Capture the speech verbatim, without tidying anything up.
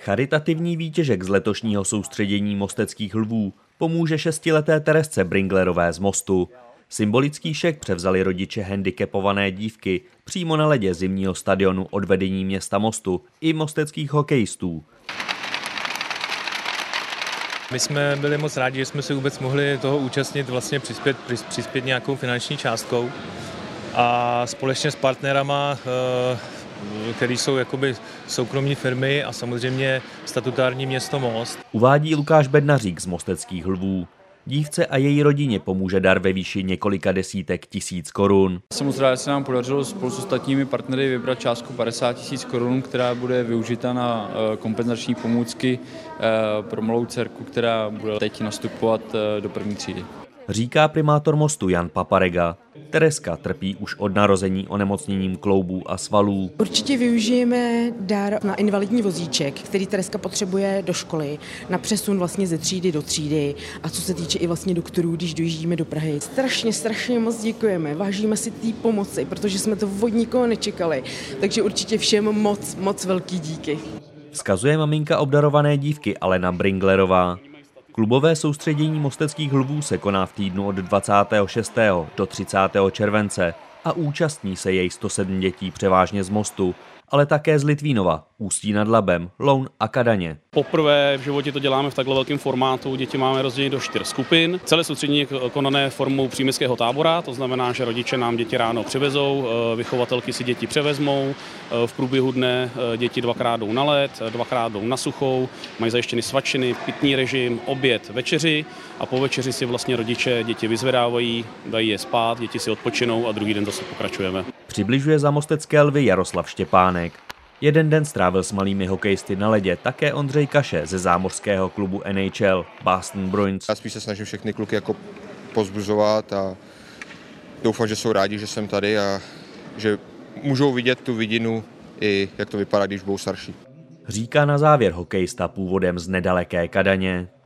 Charitativní výtěžek z letošního soustředění mosteckých lvů pomůže šestileté Teresce Bringlerové z Mostu. Symbolický šek převzali rodiče handicapované dívky přímo na ledě zimního stadionu od vedení města Mostu i mosteckých hokejistů. My jsme byli moc rádi, že jsme se vůbec mohli toho účastnit, vlastně přispět, přispět nějakou finanční částkou a společně s partnerama, který jsou jakoby soukromí firmy a samozřejmě statutární město Most. Uvádí Lukáš Bednařík z mosteckých lvů. Dívce a její rodině pomůže dar ve výši několika desítek tisíc korun. Samozřejmě se nám podařilo spolu s ostatními partnery vybrat částku padesát tisíc korun, která bude využita na kompenzační pomůcky pro malou dcerku, která bude teď nastupovat do první třídy. Říká primátor Mostu Jan Paparega. Tereska trpí už od narození onemocněním kloubů a svalů. Určitě využijeme dar na invalidní vozíček, který Tereska potřebuje do školy, na přesun vlastně ze třídy do třídy a co se týče i vlastně doktorů, když dojíždíme do Prahy. Strašně, strašně moc děkujeme, vážíme si té pomoci, protože jsme to od nikoho nečekali, takže určitě všem moc, moc velký díky. Vzkazuje maminka obdarované dívky Alena Bringlerová. Klubové soustředění mosteckých lvů se koná v týdnu od dvacátého šestého do třicátého července a účastní se jej sto sedm dětí převážně z Mostu, ale také z Litvínova, Ústí nad Labem, Loun a Kadaně. Poprvé v životě to děláme v takhle velkém formátu, děti máme rozděleny do čtyř skupin. Celé soustředění je konané formou příměstského tábora, to znamená, že rodiče nám děti ráno přivezou, vychovatelky si děti převezmou, v průběhu dne děti dvakrát jdou na led, dvakrát jdou na suchou, mají zajištěny svačiny, pitný režim, oběd, večeři a po večeři si vlastně rodiče děti vyzvedávají, dají je spát, děti si odpočinou a druhý den zase pokračujeme. Přibližuje za mostecké lvy Jaroslav Štěpánek. Jeden den strávil s malými hokejisty na ledě také Ondřej Kaše ze zámořského klubu N H L Boston Bruins. Já spíš se snažím všechny kluky jako pozbuzovat a doufám, že jsou rádi, že jsem tady a že můžou vidět tu vidinu i jak to vypadá, když budou starší. Říká na závěr hokejista původem z nedaleké Kadaně.